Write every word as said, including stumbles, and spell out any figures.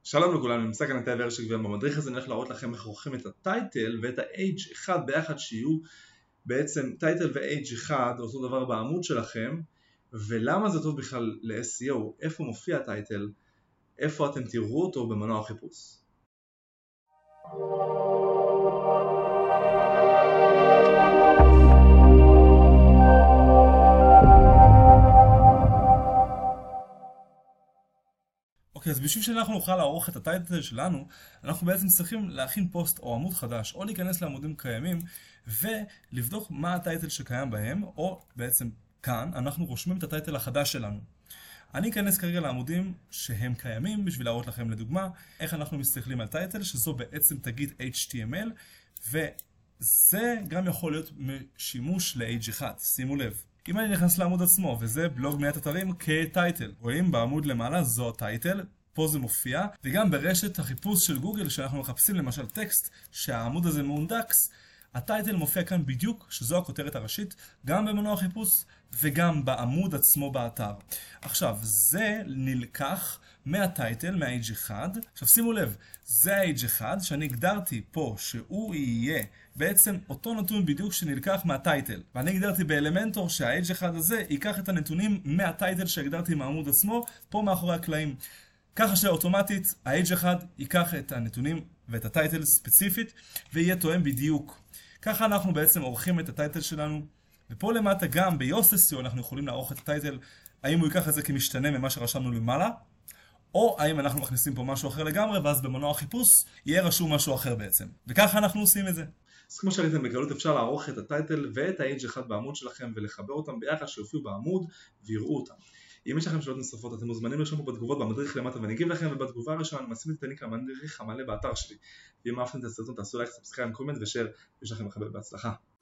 שלום לכולם, נמצא כאן את האבר שגביון. במדריך הזה נלך להראות לכם איך עורכים את הטייטל ואת ה-H אחד ביחד, שיהיו בעצם טייטל ו-H אחד אותו דבר בעמוד שלכם, ולמה זה טוב בכלל ל-אס אי או, איפה מופיע הטייטל, איפה אתם תראו אותו במנוע החיפוש. אוקיי, אז בשביל שאנחנו נוכל לערוך את הטייטל שלנו, אנחנו בעצם צריכים להכין פוסט או עמוד חדש, או להיכנס לעמודים קיימים, ולבדוק מה הטייטל שקיים בהם, או בעצם כאן אנחנו רושמים את הטייטל החדש שלנו. אני אכנס כרגע לעמודים שהם קיימים, בשביל להראות לכם לדוגמה, איך אנחנו מסתכלים על טייטל, שזו בעצם תגיד אייץ' טי אם אל, וזה גם יכול להיות שימוש ל-H אחד, שימו לב. אם אני נכנס לעמוד עצמו, וזה בלוג מניעת אתרים כטייטל. רואים בעמוד למעלה, זו הטייטל, פה זה מופיע, וגם ברשת החיפוש של גוגל, שאנחנו מחפשים למשל טקסט, שהעמוד הזה מאונדקס, הטייטל מופיע כאן בדיוק, שזו הכותרת הראשית, גם במנוע החיפוש, וגם בעמוד עצמו באתר. עכשיו, זה נלקח מהטייטל, מה-H אחד. עכשיו שימו לב, זה ה-H אחד שאני הגדרתי פה שהוא יהיה בעצם אותו נתון בדיוק שנלקח מהטייטל. ואני הגדרתי באלמנטור שה-H אחד הזה ייקח את הנתונים מהטייטל שהגדרתי מהעמוד עצמו, פה מאחורי הקלעים. ככה שאוטומטית ה-H אחד ייקח את הנתונים ואת הטייטל ספציפית ויהיה תואם בדיוק. ככה אנחנו בעצם עורכים את הטייטל שלנו. ופה למטה גם ב-יוס אס אי או אנחנו יכולים לערוך את הטייטל, האם הוא ייקח את זה כמשתנה ממה שרשמנו למעלה, או האם אנחנו מכניסים פה משהו אחר לגמרי, ואז במנוע החיפוש יהיה רשום משהו אחר בעצם. וככה אנחנו עושים את זה. אז כמו שראיתם בקלות אפשר לערוך את הטייטל ואת ה-H אחד בעמוד שלכם ולחבר אותם ביחד שיופיעו בעמוד ויראו אותם. אם יש לכם שאלות נוספות אתם מוזמנים לרשום פה בתגובות במדריך למטה ואני אגיב לכם, ובתגובה הראשונה אני משים את הלינק למדריך המלא באתר שלי. ואם אהבתם את הסרטון תעשו לייק, סאבסקרייב, קומנט ושאר, ויש לכם מחבל בהצלחה.